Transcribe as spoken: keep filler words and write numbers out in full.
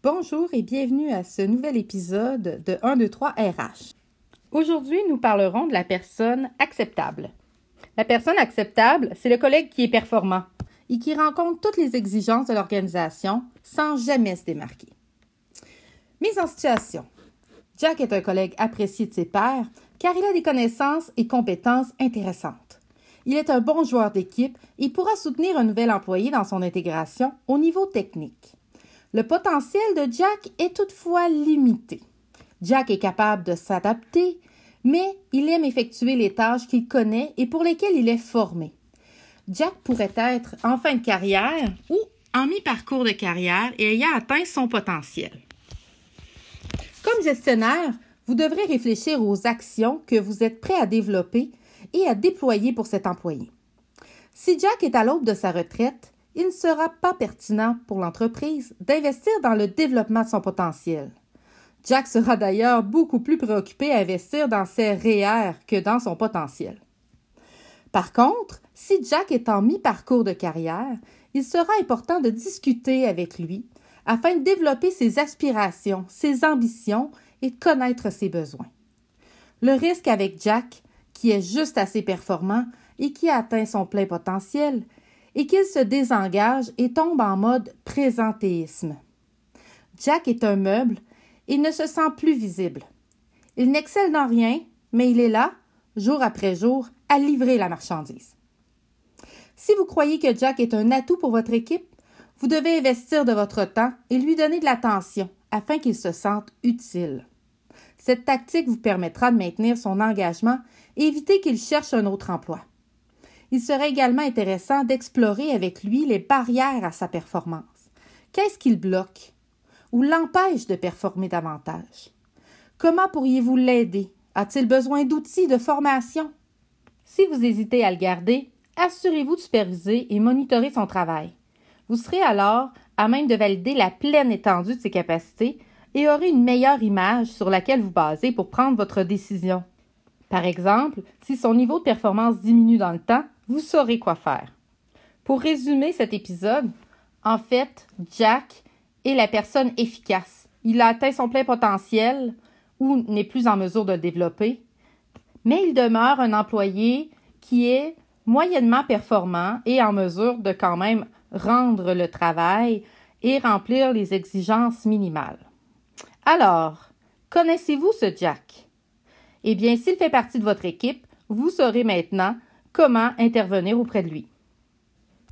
Bonjour et bienvenue à ce nouvel épisode de un, deux, trois R H. Aujourd'hui, nous parlerons de la personne acceptable. La personne acceptable, c'est le collègue qui est performant et qui rencontre toutes les exigences de l'organisation sans jamais se démarquer. Mise en situation. Jack est un collègue apprécié de ses pairs car il a des connaissances et compétences intéressantes. Il est un bon joueur d'équipe et pourra soutenir un nouvel employé dans son intégration au niveau technique. Le potentiel de Jack est toutefois limité. Jack est capable de s'adapter, mais il aime effectuer les tâches qu'il connaît et pour lesquelles il est formé. Jack pourrait être en fin de carrière ou en mi-parcours de carrière et ayant atteint son potentiel. Comme gestionnaire, vous devrez réfléchir aux actions que vous êtes prêt à développer et à déployer pour cet employé. Si Jack est à l'aube de sa retraite, il ne sera pas pertinent pour l'entreprise d'investir dans le développement de son potentiel. Jack sera d'ailleurs beaucoup plus préoccupé à investir dans ses R E E R que dans son potentiel. Par contre, si Jack est en mi-parcours de carrière, il sera important de discuter avec lui afin de développer ses aspirations, ses ambitions et de connaître ses besoins. Le risque avec Jack, qui est juste assez performant et qui a atteint son plein potentiel, et qu'il se désengage et tombe en mode présentéisme. Jack est un meuble et ne se sent plus visible. Il n'excelle dans rien, mais il est là, jour après jour, à livrer la marchandise. Si vous croyez que Jack est un atout pour votre équipe, vous devez investir de votre temps et lui donner de l'attention afin qu'il se sente utile. Cette tactique vous permettra de maintenir son engagement et éviter qu'il cherche un autre emploi. Il serait également intéressant d'explorer avec lui les barrières à sa performance. Qu'est-ce qui le bloque ou l'empêche de performer davantage? Comment pourriez-vous l'aider? A-t-il besoin d'outils de formation? Si vous hésitez à le garder, assurez-vous de superviser et monitorer son travail. Vous serez alors à même de valider la pleine étendue de ses capacités et aurez une meilleure image sur laquelle vous basez pour prendre votre décision. Par exemple, si son niveau de performance diminue dans le temps, vous saurez quoi faire. Pour résumer cet épisode, en fait, Jack est la personne efficace. Il a atteint son plein potentiel ou n'est plus en mesure de le développer, mais il demeure un employé qui est moyennement performant et en mesure de quand même rendre le travail et remplir les exigences minimales. Alors, connaissez-vous ce Jack? Eh bien, s'il fait partie de votre équipe, vous saurez maintenant comment intervenir auprès de lui.